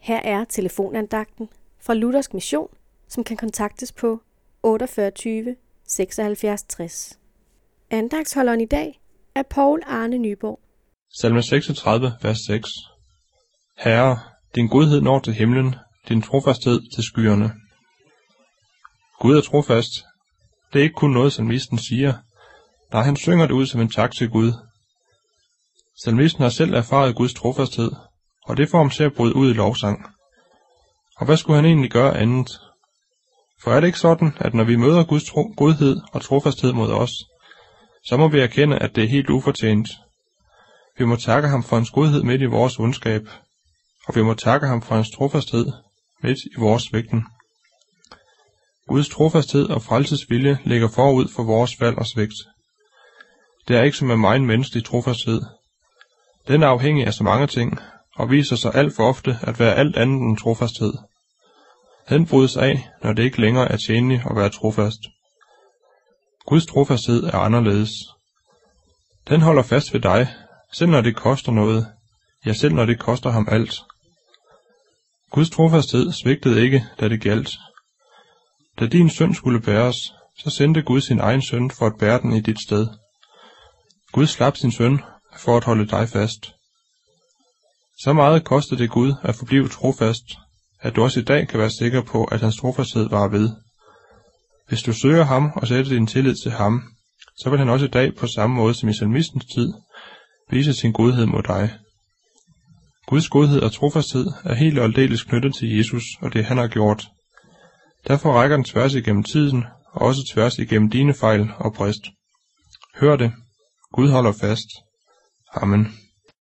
Her er telefonandagten fra Luthersk Mission, som kan kontaktes på 48 76 60. Andagtsholderen i dag er Poul Arne Nyborg. Salme 36, vers 6. Herre, din godhed når til himlen, din trofasthed til skyerne. Gud er trofast. Det er ikke kun noget, salmisten siger. Nej, han synger det ud som en tak til Gud. Salmisten har selv erfaret Guds trofasthed, og det får ham til at bryde ud i lovsang. Og hvad skulle han egentlig gøre andet? For er det ikke sådan, at når vi møder Guds godhed og trofasthed mod os, så må vi erkende, at det er helt ufortjent. Vi må takke ham for hans godhed midt i vores ondskab, og vi må takke ham for hans trofasthed midt i vores svigten. Guds trofasthed og frelsesvilje ligger forud for vores fald og svigt. Det er ikke som med megen menneskelig trofasthed. Den er afhængig af så mange ting, og viser sig alt for ofte at være alt andet end trofasthed. Den brydes af, når det ikke længere er tjenligt at være trofast. Guds trofasthed er anderledes. Den holder fast ved dig, selv når det koster noget, ja selv når det koster ham alt. Guds trofasthed svigtede ikke, da det gjaldt. Da din synd skulle bæres, så sendte Gud sin egen søn for at bære den i dit sted. Gud slap sin søn for at holde dig fast. Så meget kostede det Gud at forblive trofast, at du også i dag kan være sikker på, at hans trofasthed varer ved. Hvis du søger ham og sætter din tillid til ham, så vil han også i dag på samme måde som i salmistens tid vise sin godhed mod dig. Guds godhed og trofasthed er helt og aldeles knyttet til Jesus og det han har gjort. Derfor rækker den tværs igennem tiden og også tværs igennem dine fejl og brist. Hør det. Gud holder fast. Amen.